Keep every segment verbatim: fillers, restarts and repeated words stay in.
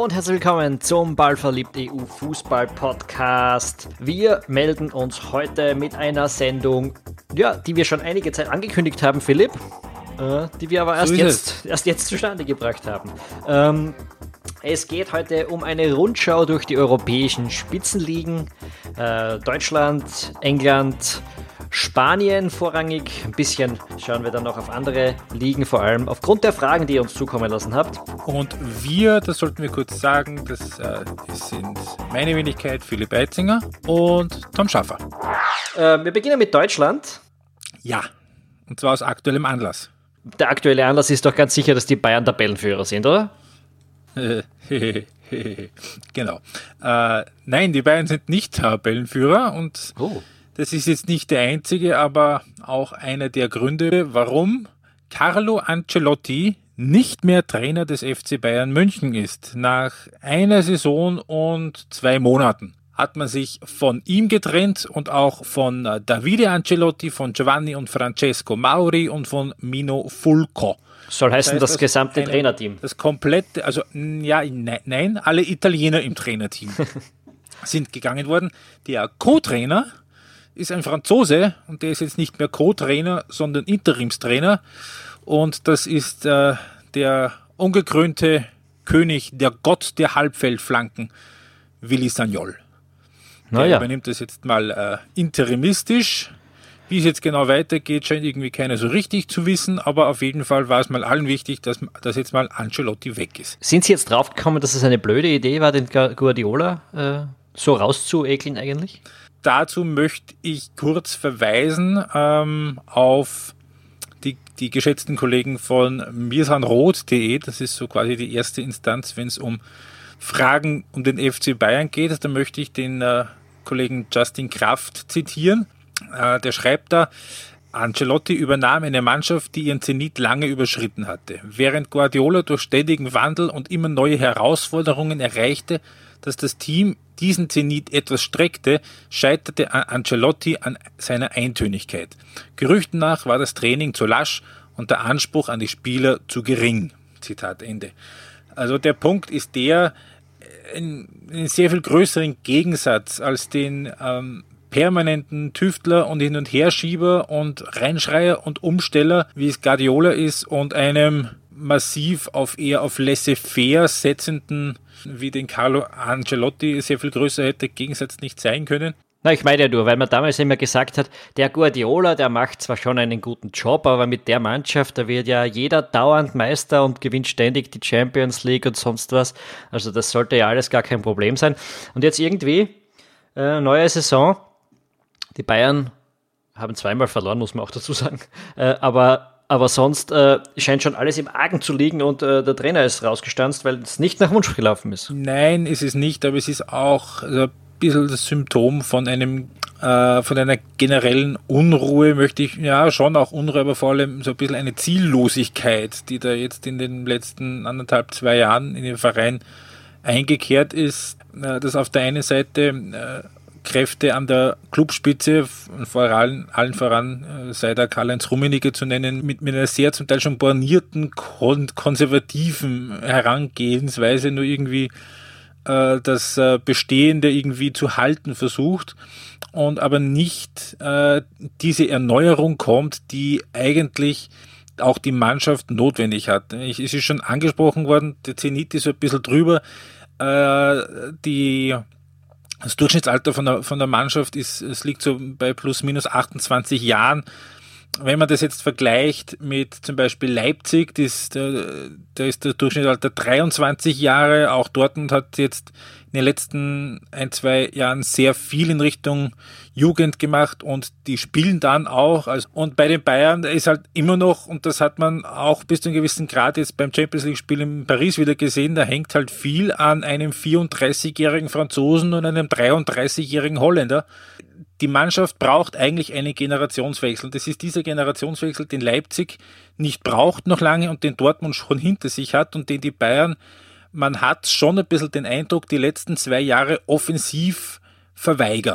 Hallo und herzlich willkommen zum Ballverliebt E U Fußball Podcast. Wir melden uns heute mit einer Sendung, ja, die wir schon einige Zeit angekündigt haben, Philipp, äh, die wir aber erst, so jetzt, erst jetzt zustande gebracht haben. Ähm, es geht heute um eine Rundschau durch die europäischen Spitzenligen. Äh, Deutschland, England, Spanien vorrangig. Ein bisschen schauen wir dann noch auf andere Ligen, vor allem aufgrund der Fragen, die ihr uns zukommen lassen habt. Und wir, das sollten wir kurz sagen, das äh, sind meine Wenigkeit Philipp Eitzinger und Tom Schaffer. Äh, wir beginnen mit Deutschland. Ja, und zwar aus aktuellem Anlass. Der aktuelle Anlass ist doch ganz sicher, dass die Bayern Tabellenführer sind, oder? Genau. Äh, nein, die Bayern sind nicht Tabellenführer und oh. Das ist jetzt nicht der einzige, aber auch einer der Gründe, warum Carlo Ancelotti nicht mehr Trainer des F C Bayern München ist. Nach einer Saison und zwei Monaten hat man sich von ihm getrennt und auch von Davide Ancelotti, von Giovanni und Francesco Mauri und von Mino Fulco. Soll heißen, das, heißt, das gesamte eine, Trainerteam. Das komplette, also ja, nein, nein alle Italiener im Trainerteam sind gegangen worden. Der Co-Trainer ist ein Franzose und der ist jetzt nicht mehr Co-Trainer, sondern Interimstrainer. Und das ist äh, der ungekrönte König, der Gott der Halbfeldflanken, Willy Sagnol. Der ja. übernimmt das jetzt mal äh, interimistisch. Wie es jetzt genau weitergeht, scheint irgendwie keiner so richtig zu wissen, aber auf jeden Fall war es mal allen wichtig, dass, dass jetzt mal Ancelotti weg ist. Sind Sie jetzt draufgekommen, dass es eine blöde Idee war, den Guardiola äh, so rauszuekeln eigentlich? Dazu möchte ich kurz verweisen ähm, auf die, die geschätzten Kollegen von mirsanrot punkt de. Das ist so quasi die erste Instanz, wenn es um Fragen um den F C Bayern geht. Da möchte ich den äh, Kollegen Justin Kraft zitieren. Äh, der schreibt da, Ancelotti übernahm eine Mannschaft, die ihren Zenit lange überschritten hatte. Während Guardiola durch ständigen Wandel und immer neue Herausforderungen erreichte, dass das Team diesen Zenit etwas streckte, scheiterte Ancelotti an seiner Eintönigkeit. Gerüchten nach war das Training zu lasch und der Anspruch an die Spieler zu gering. Zitat Ende. Also der Punkt ist der, einen sehr viel größeren Gegensatz als den ähm, permanenten Tüftler und Hin- und Herschieber und Reinschreier und Umsteller, wie es Guardiola ist, und einem massiv auf eher auf laissez-faire setzenden, wie den Carlo Ancelotti, sehr viel größer hätte Gegensatz nicht sein können. Na, ich meine ja nur, weil man damals immer gesagt hat, der Guardiola, der macht zwar schon einen guten Job, aber mit der Mannschaft, da wird ja jeder dauernd Meister und gewinnt ständig die Champions League und sonst was. Also das sollte ja alles gar kein Problem sein. Und jetzt irgendwie, äh, neue Saison, die Bayern haben zweimal verloren, muss man auch dazu sagen, äh, aber Aber sonst äh, scheint schon alles im Argen zu liegen und äh, der Trainer ist rausgestanzt, weil es nicht nach Wunsch gelaufen ist. Nein, ist es nicht, aber es ist auch also ein bisschen das Symptom von einem äh, von einer generellen Unruhe, möchte ich, ja schon auch Unruhe, aber vor allem so ein bisschen eine Ziellosigkeit, die da jetzt in den letzten anderthalb, zwei Jahren in den Verein eingekehrt ist, äh, dass auf der einen Seite äh, Kräfte an der Clubspitze, vor allen, allen voran äh, sei da Karl-Heinz Rummenigge zu nennen, mit, mit einer sehr zum Teil schon bornierten, kon- konservativen Herangehensweise nur irgendwie äh, das äh, Bestehende irgendwie zu halten versucht und aber nicht äh, diese Erneuerung kommt, die eigentlich auch die Mannschaft notwendig hat. Ich, es ist schon angesprochen worden, der Zenit ist so ein bisschen drüber, äh, die Das Durchschnittsalter von der, von der Mannschaft ist, es liegt so bei plus minus achtundzwanzig Jahren. Wenn man das jetzt vergleicht mit zum Beispiel Leipzig, das, da, da ist das Durchschnittsalter dreiundzwanzig Jahre. Auch Dortmund hat jetzt in den letzten ein, zwei Jahren sehr viel in Richtung Jugend gemacht und die spielen dann auch. Also, und bei den Bayern ist halt immer noch, und das hat man auch bis zu einem gewissen Grad jetzt beim Champions League-Spiel in Paris wieder gesehen, da hängt halt viel an einem vierunddreißigjährigen Franzosen und einem dreiunddreißigjährigen Holländer. Die Mannschaft braucht eigentlich einen Generationswechsel. Das ist dieser Generationswechsel, den Leipzig nicht braucht noch lange und den Dortmund schon hinter sich hat und den die Bayern, man hat schon ein bisschen den Eindruck, die letzten zwei Jahre offensiv verweigern.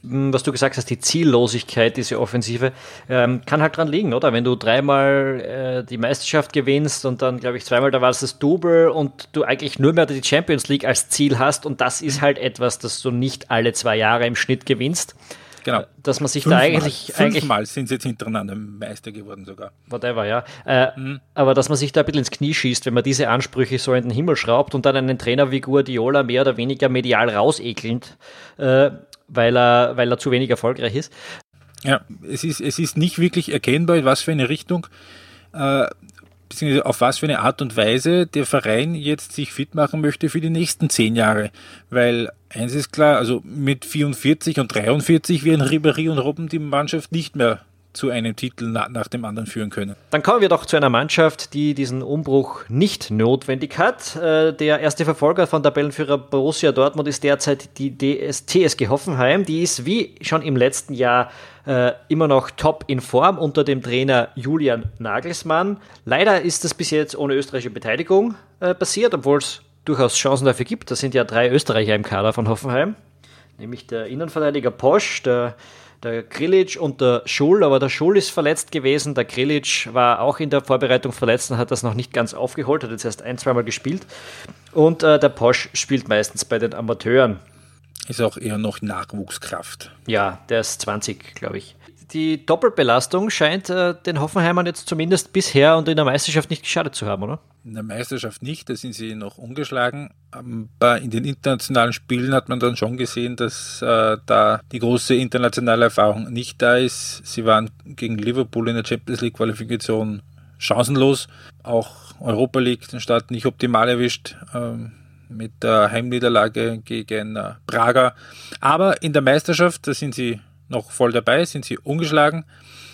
was du gesagt hast, die Ziellosigkeit, diese Offensive, ähm, kann halt dran liegen, oder? Wenn du dreimal äh, die Meisterschaft gewinnst und dann, glaube ich, zweimal, da war es das Double und du eigentlich nur mehr die Champions League als Ziel hast und das ist halt etwas, das du nicht alle zwei Jahre im Schnitt gewinnst. Genau. Dass man sich fünfmal, da eigentlich... Fünfmal eigentlich, sind sie jetzt hintereinander Meister geworden sogar. Whatever, ja. Äh, mhm. Aber dass man sich da ein bisschen ins Knie schießt, wenn man diese Ansprüche so in den Himmel schraubt und dann einen Trainer wie Guardiola mehr oder weniger medial rausekelnd, äh, weil, er, weil er zu wenig erfolgreich ist. Ja, es ist, es ist nicht wirklich erkennbar, in was für eine Richtung, äh, beziehungsweise auf was für eine Art und Weise der Verein jetzt sich fit machen möchte für die nächsten zehn Jahre. Weil eins ist klar, also mit vierundvierzig und dreiundvierzig werden Ribéry und Robben die Mannschaft nicht mehr zu einem Titel na- nach dem anderen führen können. Dann kommen wir doch zu einer Mannschaft, die diesen Umbruch nicht notwendig hat. Äh, der erste Verfolger von Tabellenführer Borussia Dortmund ist derzeit die D S T S G Hoffenheim. Die ist wie schon im letzten Jahr äh, immer noch top in Form unter dem Trainer Julian Nagelsmann. Leider ist das bis jetzt ohne österreichische Beteiligung äh, passiert, obwohl es durchaus Chancen dafür gibt. Da sind ja drei Österreicher im Kader von Hoffenheim, nämlich der Innenverteidiger Posch, der Der Grilic und der Schul, aber der Schul ist verletzt gewesen. Der Grilic war auch in der Vorbereitung verletzt und hat das noch nicht ganz aufgeholt, hat jetzt erst ein-, zweimal gespielt. Und äh, der Posch spielt meistens bei den Amateuren. Ist auch eher noch Nachwuchskraft. Ja, der ist zwanzig, glaube ich. Die Doppelbelastung scheint äh, den Hoffenheimern jetzt zumindest bisher und in der Meisterschaft nicht geschadet zu haben, oder? In der Meisterschaft nicht, da sind sie noch ungeschlagen. Aber in den internationalen Spielen hat man dann schon gesehen, dass äh, da die große internationale Erfahrung nicht da ist. Sie waren gegen Liverpool in der Champions League Qualifikation chancenlos. Auch Europa League den Start nicht optimal erwischt äh, mit der Heimniederlage gegen äh, Braga. Aber in der Meisterschaft, da sind sie noch voll dabei, sind sie ungeschlagen.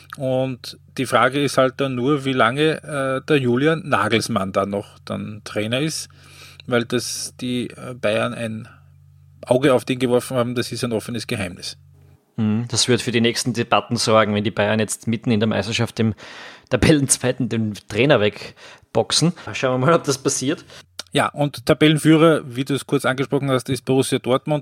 Und die Frage ist halt dann nur, wie lange äh, der Julian Nagelsmann dann noch dann Trainer ist, weil das die Bayern ein Auge auf den geworfen haben, das ist ein offenes Geheimnis. Das wird für die nächsten Debatten sorgen, wenn die Bayern jetzt mitten in der Meisterschaft dem Tabellenzweiten den Trainer wegboxen. Schauen wir mal, ob das passiert. Ja, und Tabellenführer, wie du es kurz angesprochen hast, ist Borussia Dortmund,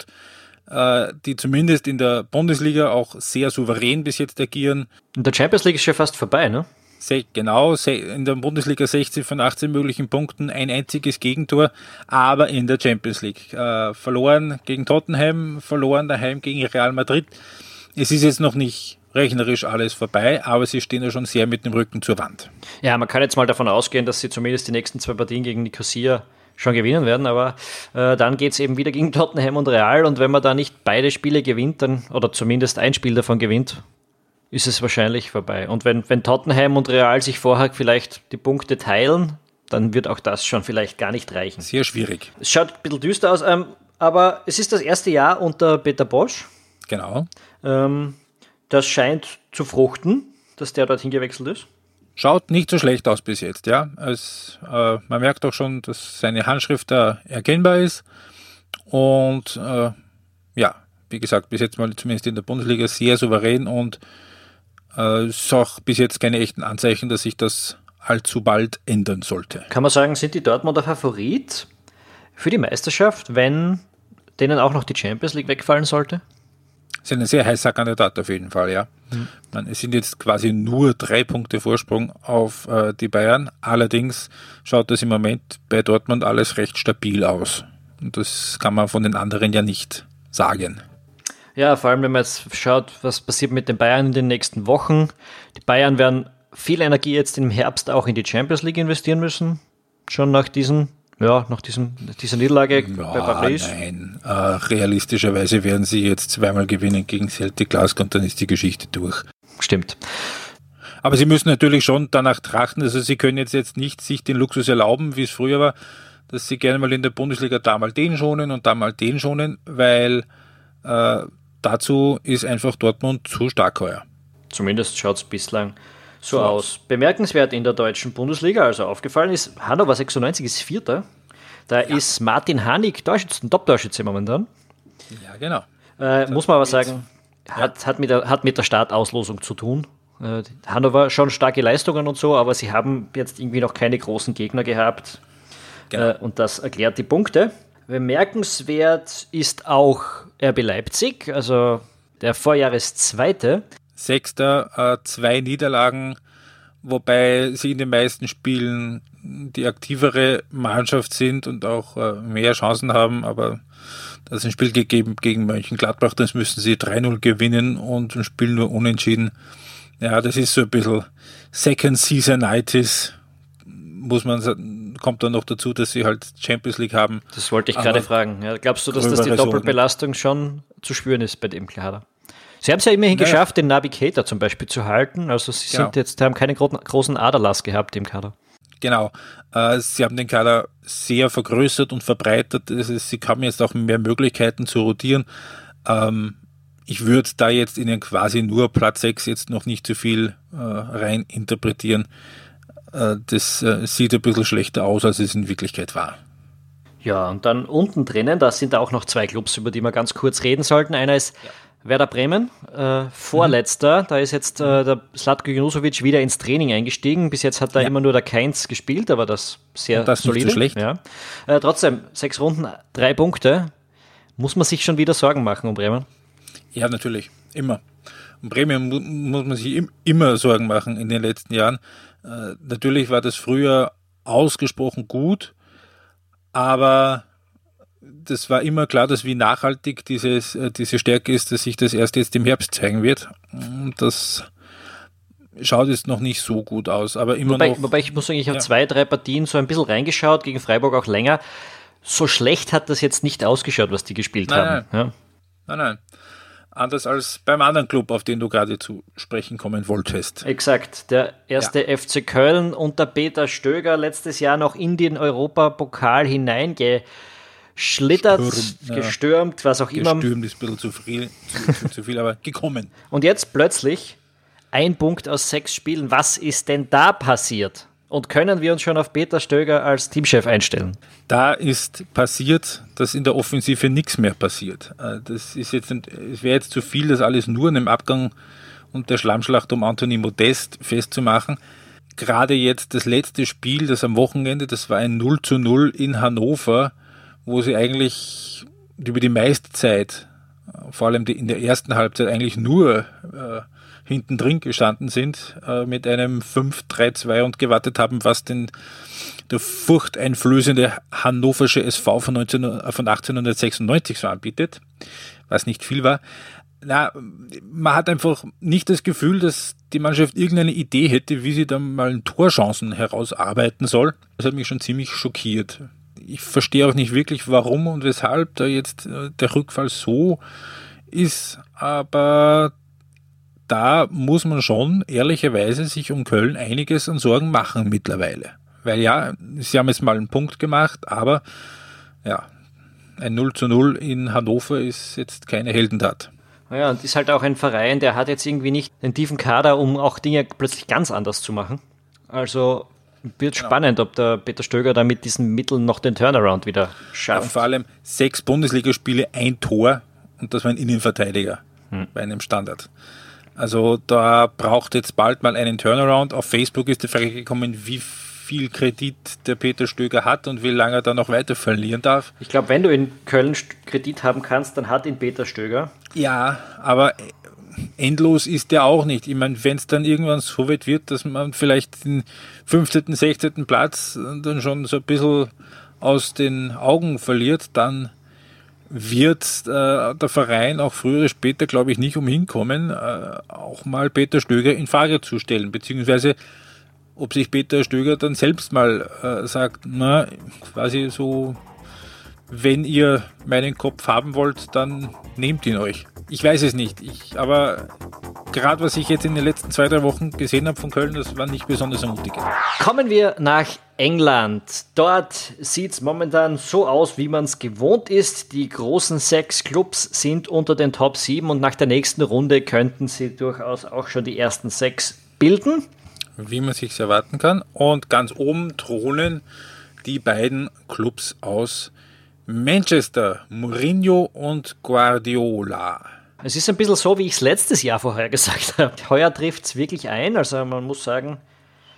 die zumindest in der Bundesliga auch sehr souverän bis jetzt agieren. In der Champions League ist schon fast vorbei, ne? Genau, in der Bundesliga sechzehn von achtzehn möglichen Punkten, ein einziges Gegentor, aber in der Champions League. Äh, verloren gegen Tottenham, verloren daheim gegen Real Madrid. Es ist jetzt noch nicht rechnerisch alles vorbei, aber sie stehen ja schon sehr mit dem Rücken zur Wand. Ja, man kann jetzt mal davon ausgehen, dass sie zumindest die nächsten zwei Partien gegen Nicosia schon gewinnen werden, aber äh, dann geht es eben wieder gegen Tottenham und Real und wenn man da nicht beide Spiele gewinnt, dann oder zumindest ein Spiel davon gewinnt, ist es wahrscheinlich vorbei. Und wenn, wenn Tottenham und Real sich vorher vielleicht die Punkte teilen, dann wird auch das schon vielleicht gar nicht reichen. Sehr schwierig. Es schaut ein bisschen düster aus, ähm, aber es ist das erste Jahr unter Peter Bosz. Genau. Ähm, das scheint zu fruchten, dass der dorthin gewechselt ist. Schaut nicht so schlecht aus bis jetzt, ja. Es, äh, man merkt auch schon, dass seine Handschrift da erkennbar ist. Und äh, ja, wie gesagt, bis jetzt mal zumindest in der Bundesliga sehr souverän und es äh, ist auch bis jetzt keine echten Anzeichen, dass sich das allzu bald ändern sollte. Kann man sagen, sind die Dortmunder Favorit für die Meisterschaft, wenn denen auch noch die Champions League wegfallen sollte? Das ist ein sehr heißer Kandidat auf jeden Fall, ja. Mhm. Man, es sind jetzt quasi nur drei Punkte Vorsprung auf äh, die Bayern. Allerdings schaut das im Moment bei Dortmund alles recht stabil aus. Und das kann man von den anderen ja nicht sagen. Ja, vor allem, wenn man jetzt schaut, was passiert mit den Bayern in den nächsten Wochen. Die Bayern werden viel Energie jetzt im Herbst auch in die Champions League investieren müssen. Schon nach diesen Ja, nach diesem, dieser Niederlage ja, bei Paris? Nein, äh, realistischerweise werden sie jetzt zweimal gewinnen gegen Celtic Glasgow und dann ist die Geschichte durch. Stimmt. Aber sie müssen natürlich schon danach trachten, also sie können jetzt, jetzt nicht sich den Luxus erlauben, wie es früher war, dass sie gerne mal in der Bundesliga da mal den schonen und da mal den schonen, weil äh, dazu ist einfach Dortmund zu stark heuer. Zumindest schaut es bislang so aus. Bemerkenswert in der deutschen Bundesliga, also aufgefallen ist, Hannover sechsundneunzig ist Vierter. Da ja. ist Martin Hanig Torschützen, Top-Torschütze momentan. Ja, genau. Äh, muss man aber sagen, hat, ja. hat, mit der, hat mit der Startauslosung zu tun. Äh, Hannover schon starke Leistungen und so, aber sie haben jetzt irgendwie noch keine großen Gegner gehabt. Genau. Äh, und das erklärt die Punkte. Bemerkenswert ist auch R B Leipzig, also Der Vorjahreszweite. Sechster, äh, zwei Niederlagen, wobei sie in den meisten Spielen die aktivere Mannschaft sind und auch äh, mehr Chancen haben, aber da ist ein Spiel gegeben gegen Mönchengladbach, das müssen sie drei null gewinnen und ein Spiel nur unentschieden. Ja, das ist so ein bisschen Second Seasonitis, muss man sagen, kommt dann noch dazu, dass sie halt Champions League haben. Das wollte ich gerade fragen. Ja, glaubst du, dass das die Doppelbelastung schon zu spüren ist bei dem Kader? Sie haben es ja immerhin naja. geschafft, den Navigator zum Beispiel zu halten. Also sie genau. sind jetzt, haben keine großen Aderlass gehabt im Kader. Genau. Äh, sie haben den Kader sehr vergrößert und verbreitert. Das ist, sie haben jetzt auch mehr Möglichkeiten zu rotieren. Ähm, ich würde da jetzt ihnen quasi nur Platz sechs jetzt noch nicht zu viel äh, rein interpretieren. Äh, das äh, sieht ein bisschen schlechter aus, als es in Wirklichkeit war. Ja, und dann unten drinnen, da sind auch noch zwei Clubs, über die wir ganz kurz reden sollten. Einer ist ja. Werder Bremen, äh, Vorletzter, mhm. da ist jetzt äh, der Slatko Junusovic wieder ins Training eingestiegen. Bis jetzt hat da ja. immer nur der Keins gespielt, aber das sehr das solide. Nicht so schlecht. Ja. Äh, trotzdem, sechs Runden, drei Punkte. Muss man sich schon wieder Sorgen machen um Bremen? Ja, natürlich, immer. Um Bremen mu- muss man sich im- immer Sorgen machen in den letzten Jahren. Äh, natürlich war das früher ausgesprochen gut, aber das war immer klar, dass wie nachhaltig dieses, diese Stärke ist, dass sich das erst jetzt im Herbst zeigen wird. Und das schaut jetzt noch nicht so gut aus, aber immer wobei, noch. Wobei ich muss sagen, ich habe ja. zwei, drei Partien so ein bisschen reingeschaut, gegen Freiburg auch länger. So schlecht hat das jetzt nicht ausgeschaut, was die gespielt nein, haben. Nein. Ja. nein, nein. Anders als beim anderen Club, auf den du gerade zu sprechen kommen wolltest. Exakt. Der erste ja. F C Köln unter Peter Stöger letztes Jahr noch in den Europapokal hineinge schlittert, Stürm, gestürmt, ja. was auch immer. Gestürmt ist ein bisschen zu viel, zu, zu, zu viel, aber gekommen. Und jetzt plötzlich ein Punkt aus sechs Spielen. Was ist denn da passiert? Und können wir uns schon auf Peter Stöger als Teamchef einstellen? Da ist passiert, dass in der Offensive nichts mehr passiert. Das ist jetzt, es wäre jetzt zu viel, das alles nur an dem Abgang und der Schlammschlacht um Anthony Modest festzumachen. Gerade jetzt das letzte Spiel, das am Wochenende, das war ein null zu null in Hannover, wo sie eigentlich über die meiste Zeit, vor allem in der ersten Halbzeit, eigentlich nur äh, hinten drin gestanden sind, äh, mit einem fünf drei zwei und gewartet haben, was denn der furchteinflößende hannoversche S V von, neunzehn, von achtzehnhundertsechsundneunzig so anbietet, was nicht viel war. Na, man hat einfach nicht das Gefühl, dass die Mannschaft irgendeine Idee hätte, wie sie dann mal Torchancen herausarbeiten soll. Das hat mich schon ziemlich schockiert. Ich verstehe auch nicht wirklich, warum und weshalb da jetzt der Rückfall so ist, aber da muss man schon ehrlicherweise sich um Köln einiges an Sorgen machen mittlerweile. Weil ja, sie haben jetzt mal einen Punkt gemacht, aber ja, ein null zu null in Hannover ist jetzt keine Heldentat. Ja, und ist halt auch ein Verein, der hat jetzt irgendwie nicht den tiefen Kader, um auch Dinge plötzlich ganz anders zu machen. Also wird spannend, ob der Peter Stöger da mit diesen Mitteln noch den Turnaround wieder schafft. Ja, vor allem sechs Bundesligaspiele, ein Tor und das war ein Innenverteidiger hm. bei einem Standard. Also da braucht jetzt bald mal einen Turnaround. Auf Facebook ist die Frage gekommen, wie viel Kredit der Peter Stöger hat und wie lange er da noch weiter verlieren darf. Ich glaube, wenn du in Köln Kredit haben kannst, dann hat ihn Peter Stöger. Ja, aber endlos ist der auch nicht. Ich meine, wenn es dann irgendwann so weit wird, dass man vielleicht den fünfzehnten, sechzehnten Platz dann schon so ein bisschen aus den Augen verliert, dann wird äh, der Verein auch früher oder später, glaube ich, nicht umhin kommen, äh, auch mal Peter Stöger in Frage zu stellen, beziehungsweise ob sich Peter Stöger dann selbst mal äh, sagt, na, quasi so, wenn ihr meinen Kopf haben wollt, dann nehmt ihn euch. Ich weiß es nicht, ich, aber gerade was ich jetzt in den letzten zwei, drei Wochen gesehen habe von Köln, das war nicht besonders ermutigend. Kommen wir nach England. Dort sieht es momentan so aus, wie man es gewohnt ist. Die großen sechs Clubs sind unter den Top sieben und nach der nächsten Runde könnten sie durchaus auch schon die ersten sechs bilden. Wie man sich erwarten kann. Und ganz oben thronen die beiden Clubs aus Manchester, Mourinho und Guardiola. Es ist ein bisschen so, wie ich es letztes Jahr vorher gesagt habe. Heuer trifft es wirklich ein. Also man muss sagen,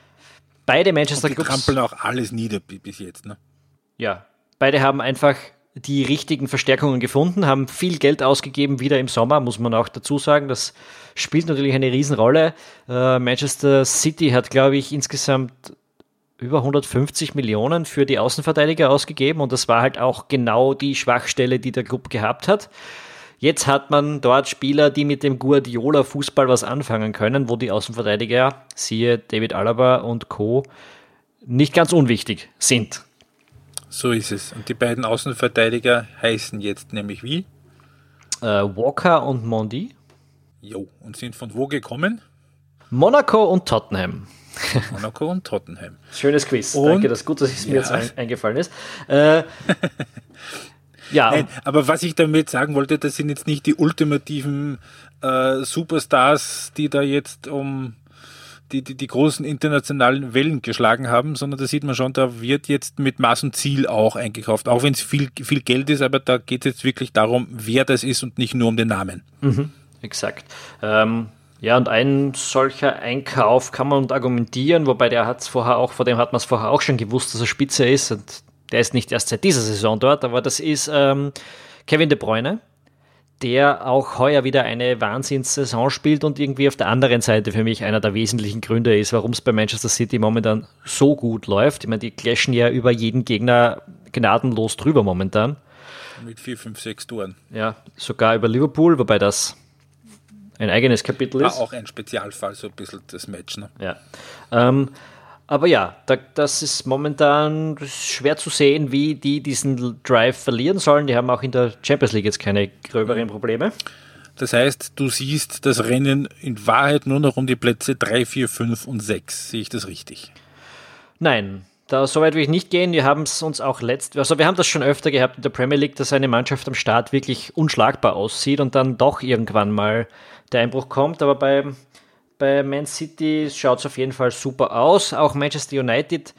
beide Manchester und die Clubs... trampeln auch alles nieder bis jetzt. Ne? Ja, beide haben einfach die richtigen Verstärkungen gefunden, haben viel Geld ausgegeben, wieder im Sommer, muss man auch dazu sagen. Das spielt natürlich eine Riesenrolle. Äh, Manchester City hat, glaube ich, insgesamt über hundertfünfzig Millionen für die Außenverteidiger ausgegeben und das war halt auch genau die Schwachstelle, die der Club gehabt hat. Jetzt hat man dort Spieler, die mit dem Guardiola-Fußball was anfangen können, wo die Außenverteidiger, siehe David Alaba und Co., nicht ganz unwichtig sind. So ist es. Und die beiden Außenverteidiger heißen jetzt nämlich wie? Äh, Walker und Mondi. Jo, und sind von wo gekommen? Monaco und Tottenham. Monaco und Tottenham. Schönes Quiz. Und, Danke, das ist gut, dass es mir ja. jetzt ein, eingefallen ist. Äh, ja. Nein, aber was ich damit sagen wollte, das sind jetzt nicht die ultimativen äh, Superstars, die da jetzt um die, die die großen internationalen Wellen geschlagen haben, sondern da sieht man schon, da wird jetzt mit Maß und Ziel auch eingekauft. Auch wenn es viel, viel Geld ist, aber da geht es jetzt wirklich darum, wer das ist und nicht nur um den Namen. Mhm, exakt. Ähm, ja, und ein solcher Einkauf kann man argumentieren, wobei der hat's vorher auch, vor dem hat man es vorher auch schon gewusst, dass er Spitze ist und der ist nicht erst seit dieser Saison dort, aber das ist ähm, Kevin De Bruyne, der auch heuer wieder eine Wahnsinnssaison spielt und irgendwie auf der anderen Seite für mich einer der wesentlichen Gründe ist, warum es bei Manchester City momentan so gut läuft. Ich meine, die clashen ja über jeden Gegner gnadenlos drüber momentan. Mit vier, fünf, sechs Toren. Ja, sogar über Liverpool, wobei das ein eigenes Kapitel ist. War auch ein Spezialfall, so ein bisschen das Match. Ne? Ja. Ähm, aber ja, da, das ist momentan schwer zu sehen, wie die diesen Drive verlieren sollen. Die haben auch in der Champions League jetzt keine gröberen Probleme. Das heißt, du siehst das Rennen in Wahrheit nur noch um die Plätze drei, vier, fünf und sechs. Sehe ich das richtig? Nein, da so weit will ich nicht gehen. Wir haben es uns auch letzt, also wir haben das schon öfter gehabt in der Premier League, dass eine Mannschaft am Start wirklich unschlagbar aussieht und dann doch irgendwann mal der Einbruch kommt. Aber bei Bei Man City schaut es auf jeden Fall super aus. Auch Manchester United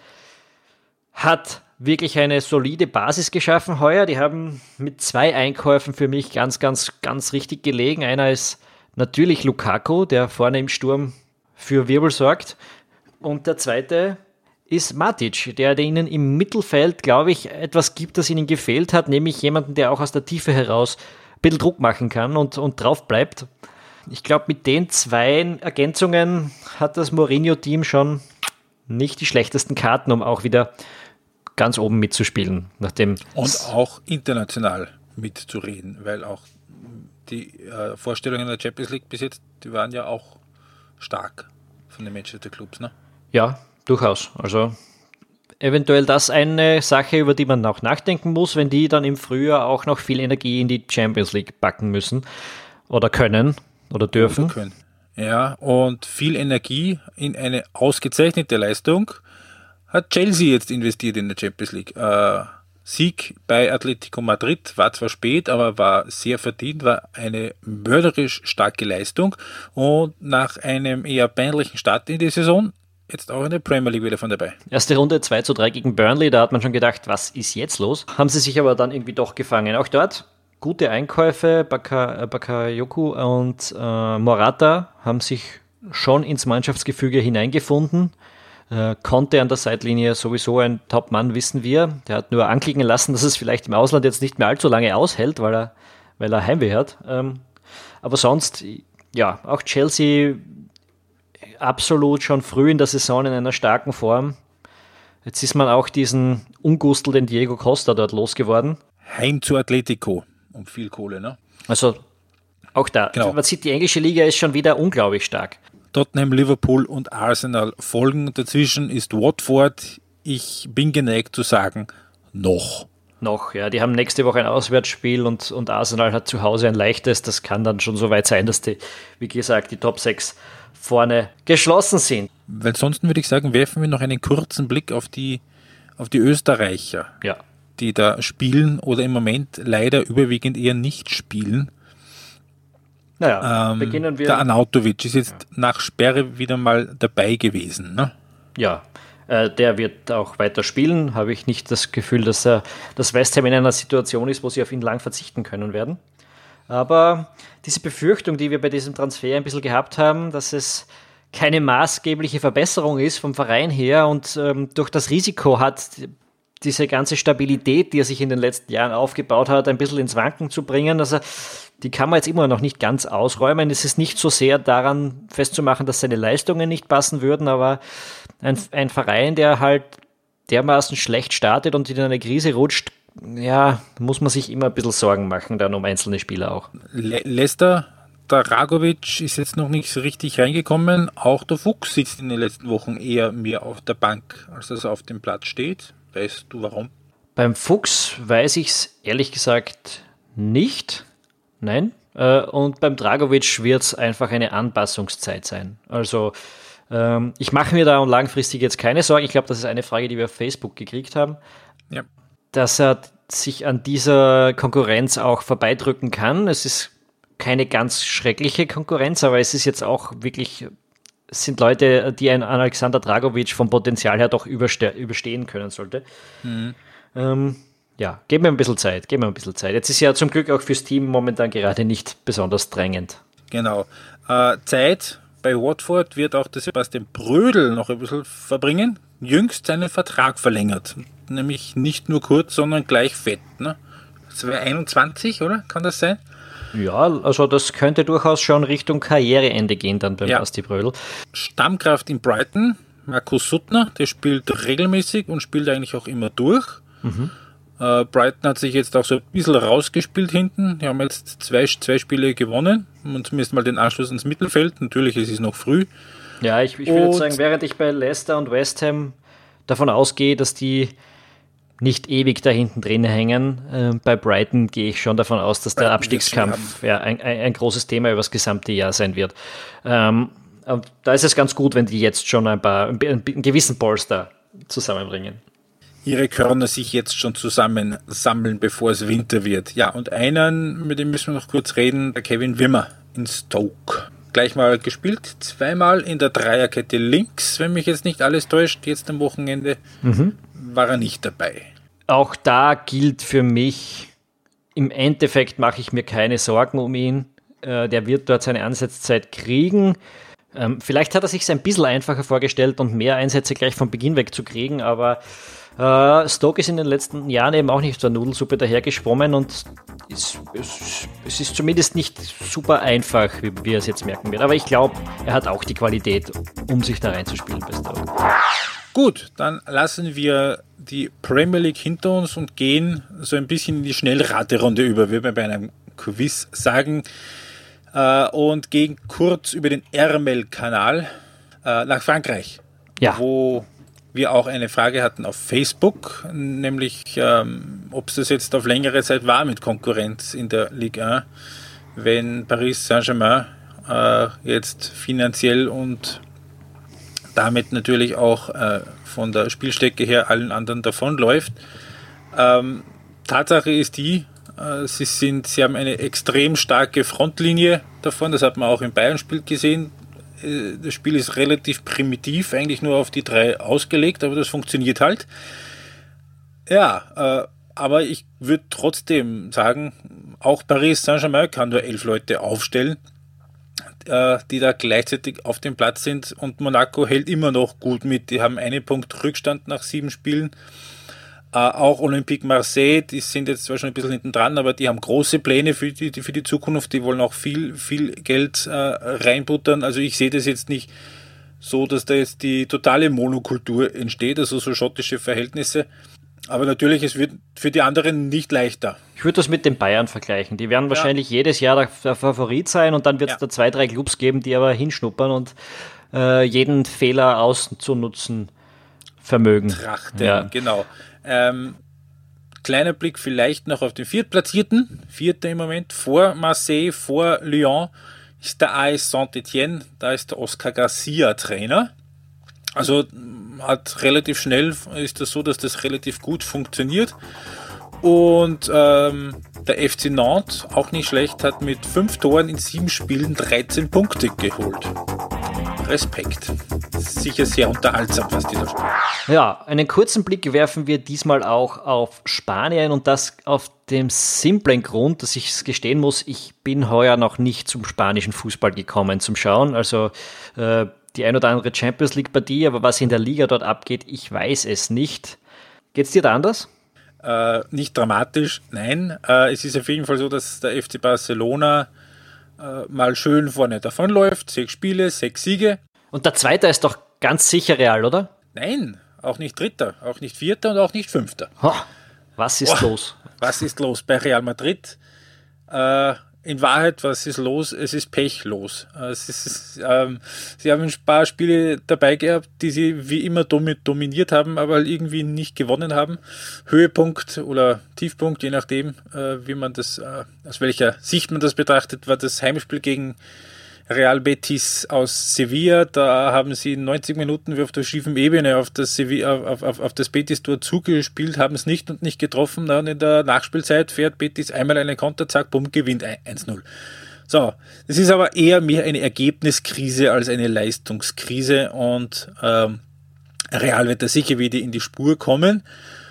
hat wirklich eine solide Basis geschaffen heuer. Die haben mit zwei Einkäufen für mich ganz, ganz, ganz richtig gelegen. Einer ist natürlich Lukaku, der vorne im Sturm für Wirbel sorgt. Und der zweite ist Matic, der ihnen im Mittelfeld, glaube ich, etwas gibt, das ihnen gefehlt hat, nämlich jemanden, der auch aus der Tiefe heraus ein bisschen Druck machen kann und, und drauf bleibt. Ich glaube, mit den zwei Ergänzungen hat das Mourinho-Team schon nicht die schlechtesten Karten, um auch wieder ganz oben mitzuspielen. Nachdem Und auch international mitzureden, weil auch die äh, Vorstellungen der Champions League bis jetzt, die waren ja auch stark von den Manchester Clubs, ne? Ja, durchaus. Also eventuell das eine Sache, über die man auch nachdenken muss, wenn die dann im Frühjahr auch noch viel Energie in die Champions League packen müssen oder können. Oder dürfen. Können. Ja, und viel Energie in eine ausgezeichnete Leistung hat Chelsea jetzt investiert in der Champions League. Äh, Sieg bei Atletico Madrid war zwar spät, aber war sehr verdient, war eine mörderisch starke Leistung und nach einem eher peinlichen Start in die Saison jetzt auch in der Premier League wieder von dabei. Erste Runde zwei zu drei gegen Burnley, da hat man schon gedacht, was ist jetzt los? Haben sie sich aber dann irgendwie doch gefangen. Auch dort gute Einkäufe, Baka, Bakayoko und äh, Morata haben sich schon ins Mannschaftsgefüge hineingefunden. Äh, Conte an der Seitlinie sowieso ein Top-Mann, wissen wir. Der hat nur anklicken lassen, dass es vielleicht im Ausland jetzt nicht mehr allzu lange aushält, weil er, weil er Heimweh hat. Ähm, aber sonst, ja, auch Chelsea absolut schon früh in der Saison in einer starken Form. Jetzt ist man auch diesen Ungustel, den Diego Costa dort losgeworden. Heim zu Atletico. Um viel Kohle, ne? Also auch da, genau. Man sieht, die englische Liga ist schon wieder unglaublich stark. Tottenham, Liverpool und Arsenal folgen. Dazwischen ist Watford. Ich bin geneigt zu sagen, noch. Noch, ja. Die haben nächste Woche ein Auswärtsspiel und, und Arsenal hat zu Hause ein leichtes. Das kann dann schon so weit sein, dass die, wie gesagt, die Top sechs vorne geschlossen sind. Weil sonst würde ich sagen, werfen wir noch einen kurzen Blick auf die, auf die Österreicher. Ja. Die da spielen oder im Moment leider überwiegend eher nicht spielen. Naja, ähm, beginnen wir. Der Arnautovic ist jetzt ja. nach Sperre wieder mal dabei gewesen. Ne? Ja, äh, der wird auch weiter spielen. Habe ich nicht das Gefühl, dass, er, dass West Ham in einer Situation ist, wo sie auf ihn lang verzichten können werden. Aber diese Befürchtung, die wir bei diesem Transfer ein bisschen gehabt haben, dass es keine maßgebliche Verbesserung ist vom Verein her und ähm, durch das Risiko hat, diese ganze Stabilität, die er sich in den letzten Jahren aufgebaut hat, ein bisschen ins Wanken zu bringen. Also die kann man jetzt immer noch nicht ganz ausräumen. Es ist nicht so sehr daran festzumachen, dass seine Leistungen nicht passen würden, aber ein, ein Verein, der halt dermaßen schlecht startet und in eine Krise rutscht, ja, muss man sich immer ein bisschen Sorgen machen, dann um einzelne Spieler auch. Le- Leicester, der Dragovic ist jetzt noch nicht so richtig reingekommen. Auch der Fuchs sitzt in den letzten Wochen eher mehr auf der Bank, als dass er auf dem Platz steht. Weißt du warum? Beim Fuchs weiß ich es ehrlich gesagt nicht. Nein. Äh, und beim Dragovic wird es einfach eine Anpassungszeit sein. Also ähm, ich mache mir da langfristig jetzt keine Sorgen. Ich glaube, das ist eine Frage, die wir auf Facebook gekriegt haben. Ja. Dass er sich an dieser Konkurrenz auch vorbeidrücken kann. Es ist keine ganz schreckliche Konkurrenz, aber es ist jetzt auch wirklich, es sind Leute, die ein Alexander Dragovic vom Potenzial her doch überste- überstehen können sollte. Mhm. Ähm, ja, geben wir ein bisschen Zeit, geben wir ein bisschen Zeit. Jetzt ist ja zum Glück auch fürs Team momentan gerade nicht besonders drängend. Genau. Äh, Zeit bei Watford wird auch der Sebastian Brödel noch ein bisschen verbringen. Jüngst seinen Vertrag verlängert. Nämlich nicht nur kurz, sondern gleich fett. Ne? zwanzig einundzwanzig, oder? Kann das sein? Ja, also das könnte durchaus schon Richtung Karriereende gehen dann beim ja. Basti Brödel. Stammkraft in Brighton, Markus Suttner, der spielt regelmäßig und spielt eigentlich auch immer durch. Mhm. Äh, Brighton hat sich jetzt auch so ein bisschen rausgespielt hinten. Die haben jetzt zwei, zwei Spiele gewonnen und zumindest mal den Anschluss ins Mittelfeld. Natürlich ist es noch früh. Ja, ich, ich würde sagen, während ich bei Leicester und West Ham davon ausgehe, dass die nicht ewig da hinten drin hängen. Äh, bei Brighton gehe ich schon davon aus, dass der Brighton Abstiegskampf ja, ein, ein, ein großes Thema über das gesamte Jahr sein wird. Ähm, und da ist es ganz gut, wenn die jetzt schon ein paar, einen, einen gewissen Polster zusammenbringen. Ihre Körner sich jetzt schon zusammensammeln, bevor es Winter wird. Ja, und einen, mit dem müssen wir noch kurz reden, der Kevin Wimmer in Stoke. Gleich mal gespielt, zweimal in der Dreierkette links, wenn mich jetzt nicht alles täuscht, jetzt am Wochenende. Mhm. War er nicht dabei. Auch da gilt für mich, im Endeffekt mache ich mir keine Sorgen um ihn. Äh, der wird dort seine Einsatzzeit kriegen. Ähm, vielleicht hat er sich es ein bisschen einfacher vorgestellt und mehr Einsätze gleich von Beginn weg zu kriegen, aber äh, Stoke ist in den letzten Jahren eben auch nicht aus der Nudelsuppe dahergeschwommen und es, es, es ist zumindest nicht super einfach, wie wir es jetzt merken werden. Aber ich glaube, er hat auch die Qualität, um sich da reinzuspielen bei Stoke. Gut, dann lassen wir die Premier League hinter uns und gehen so ein bisschen in die Schnellraterunde über, wie wir bei einem Quiz sagen, äh, und gehen kurz über den R M L-Kanal äh, nach Frankreich, ja. Wo wir auch eine Frage hatten auf Facebook, nämlich ähm, ob es das jetzt auf längere Zeit war mit Konkurrenz in der Ligue eins, wenn Paris Saint-Germain äh, jetzt finanziell und damit natürlich auch äh, von der Spielstärke her allen anderen davonläuft. Ähm, Tatsache ist die, äh, sie, sind, sie haben eine extrem starke Frontlinie davon, das hat man auch im Bayern-Spiel gesehen. Äh, das Spiel ist relativ primitiv, eigentlich nur auf die drei ausgelegt, aber das funktioniert halt. Ja, äh, aber ich würde trotzdem sagen, auch Paris Saint-Germain kann nur elf Leute aufstellen, die da gleichzeitig auf dem Platz sind, und Monaco hält immer noch gut mit. Die haben einen Punkt Rückstand nach sieben Spielen. Äh, auch Olympique Marseille, die sind jetzt zwar schon ein bisschen hinten dran, aber die haben große Pläne für die, für die Zukunft. Die wollen auch viel, viel Geld äh, reinbuttern. Also ich sehe das jetzt nicht so, dass da jetzt die totale Monokultur entsteht, also so schottische Verhältnisse. Aber natürlich, es wird für die anderen nicht leichter. Ich würde das mit den Bayern vergleichen. Die werden wahrscheinlich ja. jedes Jahr der, der Favorit sein und dann wird es ja. da zwei, drei Clubs geben, die aber hinschnuppern und äh, jeden Fehler auszunutzen vermögen. Trachten, ja. genau. Ähm, kleiner Blick vielleicht noch auf den Viertplatzierten. Vierter im Moment, vor Marseille, vor Lyon ist der A S Saint-Étienne, da ist der Oscar Garcia Trainer. Also hat relativ schnell ist das so, dass das relativ gut funktioniert. Und ähm, der F C Nantes, auch nicht schlecht, hat mit fünf Toren in sieben Spielen dreizehn Punkte geholt. Respekt. Sicher sehr unterhaltsam, was die da spielen. Ja, einen kurzen Blick werfen wir diesmal auch auf Spanien, und das auf dem simplen Grund, dass ich es gestehen muss, ich bin heuer noch nicht zum spanischen Fußball gekommen zum Schauen. Also äh, die ein oder andere Champions League Partie, aber was in der Liga dort abgeht, ich weiß es nicht. Geht's dir da anders? Äh, nicht dramatisch, nein. Äh, es ist auf jeden Fall so, dass der F C Barcelona äh, mal schön vorne davonläuft. Sechs Spiele, sechs Siege. Und der Zweite ist doch ganz sicher Real, oder? Nein, auch nicht Dritter, auch nicht Vierter und auch nicht Fünfter. Oh, was ist Oh, los? Was ist los bei Real Madrid? Äh, in Wahrheit, was ist los? Es ist Pech los. Äh, es ist, ähm, sie haben ein paar Spiele dabei gehabt, die sie wie immer dominiert haben, aber irgendwie nicht gewonnen haben. Höhepunkt oder Tiefpunkt, je nachdem, äh, wie man das, äh, aus welcher Sicht man das betrachtet, war das Heimspiel gegen Real Betis aus Sevilla. Da haben sie neunzig Minuten wie auf der schiefen Ebene auf das, Sevilla, auf, auf, auf das Betis-Tor zugespielt, haben es nicht und nicht getroffen. Dann in der Nachspielzeit fährt Betis einmal einen Konter, zack, bumm, gewinnt eins null. So, das ist aber eher mehr eine Ergebniskrise als eine Leistungskrise und ähm, Real wird da sicher wieder in die Spur kommen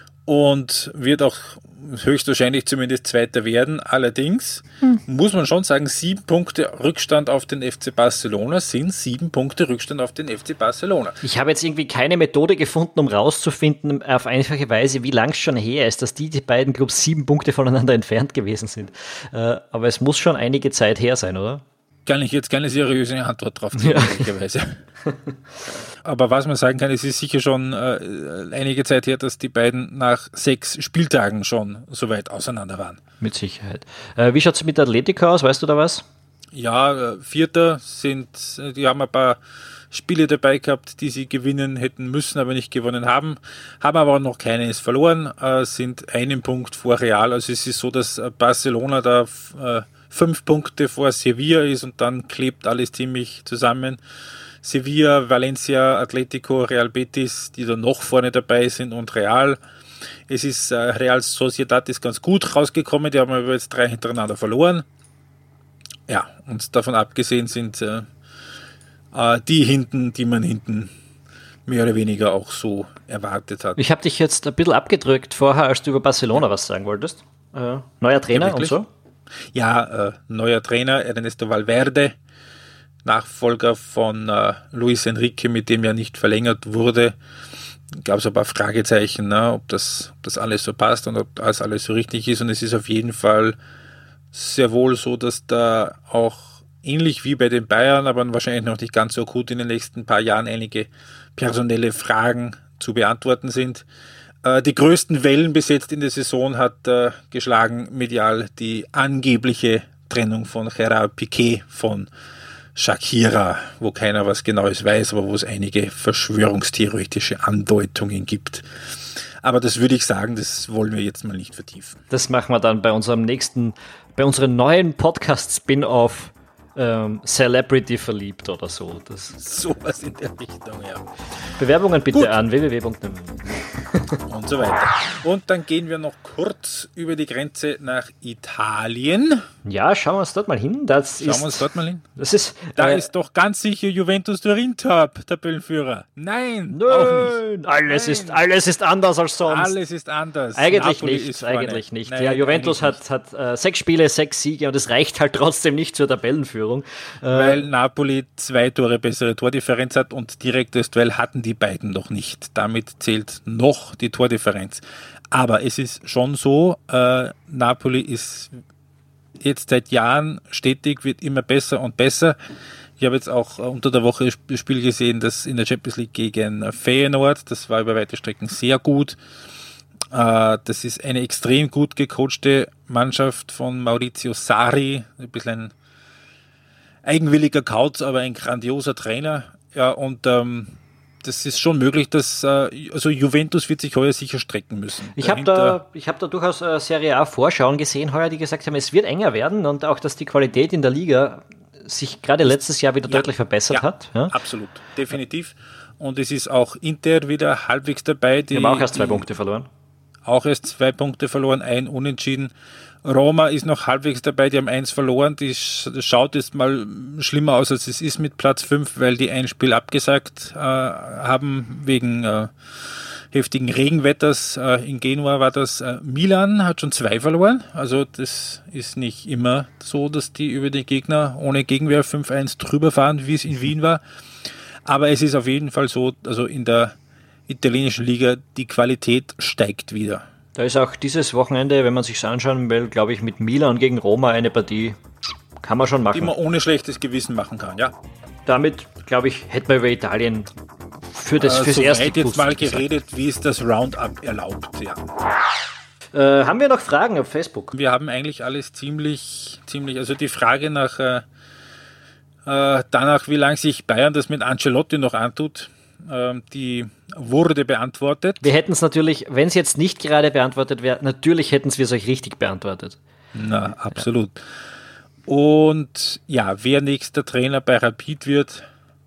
und wird auch höchstwahrscheinlich zumindest Zweiter werden. Allerdings hm. muss man schon sagen, sieben Punkte Rückstand auf den F C Barcelona sind sieben Punkte Rückstand auf den F C Barcelona. Ich habe jetzt irgendwie keine Methode gefunden, um rauszufinden, auf einfache Weise, wie lang es schon her ist, dass die, die beiden Clubs sieben Punkte voneinander entfernt gewesen sind. Äh, aber es muss schon einige Zeit her sein, oder? Kann ich jetzt keine seriöse Antwort drauf geben, ehrlicherweise. Ja. Aber was man sagen kann, es ist sicher schon äh, einige Zeit her, dass die beiden nach sechs Spieltagen schon so weit auseinander waren. Mit Sicherheit. Äh, wie schaut es mit Atletico aus? Weißt du da was? Ja, äh, Vierter sind, die haben ein paar Spiele dabei gehabt, die sie gewinnen hätten müssen, aber nicht gewonnen haben. Haben aber auch noch keines verloren, äh, sind einen Punkt vor Real. Also es ist so, dass Barcelona da äh, fünf Punkte vor Sevilla ist und dann klebt alles ziemlich zusammen. Sevilla, Valencia, Atletico, Real Betis, die da noch vorne dabei sind und Real. Es ist, äh, Real Sociedad ist ganz gut rausgekommen, die haben aber jetzt drei hintereinander verloren. Ja, und davon abgesehen sind äh, äh, die hinten, die man hinten mehr oder weniger auch so erwartet hat. Ich habe dich jetzt ein bisschen abgedrückt vorher, als du über Barcelona was sagen wolltest. Äh, neuer Trainer ja, und so? Ja, äh, neuer Trainer, Ernesto Valverde, Nachfolger von äh, Luis Enrique, mit dem ja nicht verlängert wurde. Gab es ein paar Fragezeichen, ne, ob, das, ob das alles so passt und ob das alles so richtig ist. Und es ist auf jeden Fall sehr wohl so, dass da auch ähnlich wie bei den Bayern, aber wahrscheinlich noch nicht ganz so akut in den nächsten paar Jahren einige personelle Fragen zu beantworten sind. Äh, die größten Wellen bis jetzt in der Saison hat äh, geschlagen medial die angebliche Trennung von Gerard Piqué von Shakira, wo keiner was Genaues weiß, aber wo es einige verschwörungstheoretische Andeutungen gibt. Aber das würde ich sagen, das wollen wir jetzt mal nicht vertiefen. Das machen wir dann bei unserem nächsten, bei unserem neuen Podcast-Spin-Off ähm, Celebrity verliebt oder so. Das Sowas in der Richtung, ja. Bewerbungen bitte Gut. an w w w punkt net und so weiter. Und dann gehen wir noch kurz über die Grenze nach Italien. Ja, schauen wir uns dort mal hin. Das schauen ist, wir uns dort mal hin. Das ist, da äh, ist doch ganz sicher Juventus Turin top, Tabellenführer. Nein, Nein, auch nicht. Alles, Nein. Ist, alles ist anders als sonst. Alles ist anders. Eigentlich Napoli nicht, eigentlich nicht. Nein, ja, Juventus eigentlich hat, hat äh, sechs Spiele, sechs Siege und es reicht halt trotzdem nicht zur Tabellenführung. Äh, Weil Napoli zwei Tore bessere Tordifferenz hat und direktes Duell hatten die beiden noch nicht. Damit zählt noch die Tordifferenz. Aber es ist schon so, äh, Napoli ist jetzt seit Jahren stetig, wird immer besser und besser. Ich habe jetzt auch unter der Woche das Spiel gesehen, das in der Champions League gegen Feyenoord, das war über weite Strecken sehr gut. Äh, das ist eine extrem gut gecoachte Mannschaft von Maurizio Sarri, ein bisschen ein eigenwilliger Kauz, aber ein grandioser Trainer. Ja, und ähm, das ist schon möglich, dass äh, also Juventus wird sich heuer sicher strecken müssen. Ich habe da, ich hab da durchaus äh, Serie A Vorschauen gesehen heuer, die gesagt haben, es wird enger werden und auch, dass die Qualität in der Liga sich gerade letztes Jahr wieder ja, deutlich verbessert ja, hat. Ja, absolut, definitiv. Und es ist auch Inter wieder halbwegs dabei. Die, die haben auch erst zwei die, Punkte verloren. Auch erst zwei Punkte verloren, ein Unentschieden. Roma ist noch halbwegs dabei, die haben eins verloren. Die schaut jetzt mal schlimmer aus, als es ist mit Platz fünf, weil die ein Spiel abgesagt äh, haben wegen äh, heftigen Regenwetters. Äh, in Genua war das. Äh, Milan hat schon zwei verloren. Also das ist nicht immer so, dass die über den Gegner ohne Gegenwehr fünf eins drüber fahren, wie es in Wien war. Aber es ist auf jeden Fall so, also in der italienischen Liga, die Qualität steigt wieder. Da ist auch dieses Wochenende, wenn man sich anschauen will, glaube ich, mit Milan gegen Roma eine Partie, kann man schon machen. Die man ohne schlechtes Gewissen machen kann, ja. Damit, glaube ich, hätten wir über Italien für das, äh, fürs so erste weit jetzt mal geredet, gesagt. Wie es das Roundup erlaubt, ja. Äh, haben wir noch Fragen auf Facebook? Wir haben eigentlich alles ziemlich, ziemlich, also die Frage nach äh, äh, danach, wie lange sich Bayern das mit Ancelotti noch antut, äh, die wurde beantwortet. Wir hätten es natürlich, wenn es jetzt nicht gerade beantwortet wäre, natürlich hätten wir es euch richtig beantwortet. Na, absolut. Ja. Und ja, wer nächster Trainer bei Rapid wird,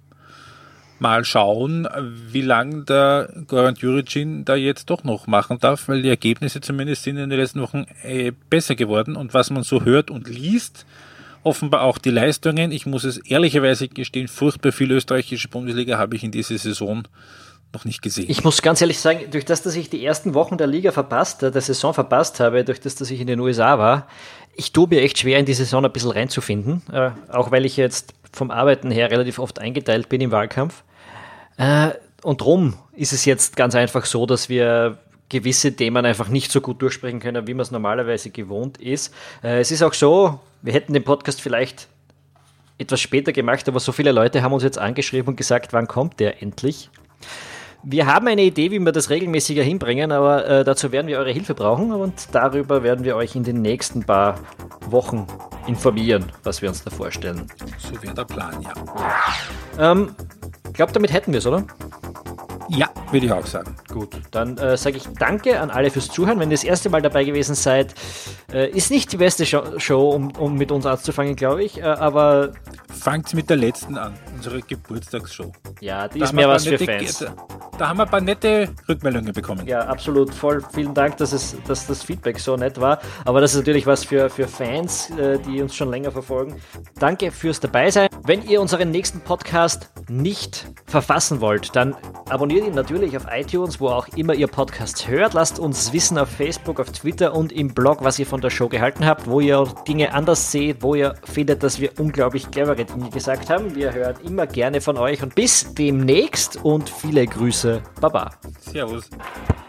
mal schauen, wie lange der Goran Juricin da jetzt doch noch machen darf, weil die Ergebnisse zumindest sind in den letzten Wochen äh, besser geworden. Und was man so hört und liest, offenbar auch die Leistungen. Ich muss es ehrlicherweise gestehen, furchtbar viel österreichische Bundesliga habe ich in dieser Saison noch nicht gesehen. Ich muss ganz ehrlich sagen, durch das, dass ich die ersten Wochen der Liga verpasst, der Saison verpasst habe, durch das, dass ich in den U S A war, ich tue mir echt schwer, in die Saison ein bisschen reinzufinden, äh, auch weil ich jetzt vom Arbeiten her relativ oft eingeteilt bin im Wahlkampf. Äh, und drum ist es jetzt ganz einfach so, dass wir gewisse Themen einfach nicht so gut durchsprechen können, wie man es normalerweise gewohnt ist. Äh, es ist auch so, wir hätten den Podcast vielleicht etwas später gemacht, aber so viele Leute haben uns jetzt angeschrieben und gesagt, wann kommt der endlich? Wir haben eine Idee, wie wir das regelmäßiger hinbringen, aber äh, dazu werden wir eure Hilfe brauchen und darüber werden wir euch in den nächsten paar Wochen informieren, was wir uns da vorstellen. So wäre der Plan, ja. Ähm, ich glaube, damit hätten wir es, oder? Ja, würde ich auch sagen. Gut, dann äh, sage ich danke an alle fürs Zuhören. Wenn ihr das erste Mal dabei gewesen seid, äh, ist nicht die beste Show, Show um, um mit uns anzufangen, glaube ich, äh, aber... Fangt mit der letzten an, unsere Geburtstagsshow. Ja, die da ist mehr was für Fans. Da, da haben wir ein paar nette Rückmeldungen bekommen. Ja, absolut, voll. Vielen Dank, dass, es, dass das Feedback so nett war. Aber das ist natürlich was für, für Fans, äh, die uns schon länger verfolgen. Danke fürs Dabeisein. Wenn ihr unseren nächsten Podcast nicht verfassen wollt, dann abonniert ihn natürlich auf iTunes, wo auch immer ihr Podcasts hört. Lasst uns wissen auf Facebook, auf Twitter und im Blog, was ihr von der Show gehalten habt, wo ihr Dinge anders seht, wo ihr findet, dass wir unglaublich clevere Dinge gesagt haben. Wir hören immer gerne von euch und bis demnächst und viele Grüße. Baba. Servus.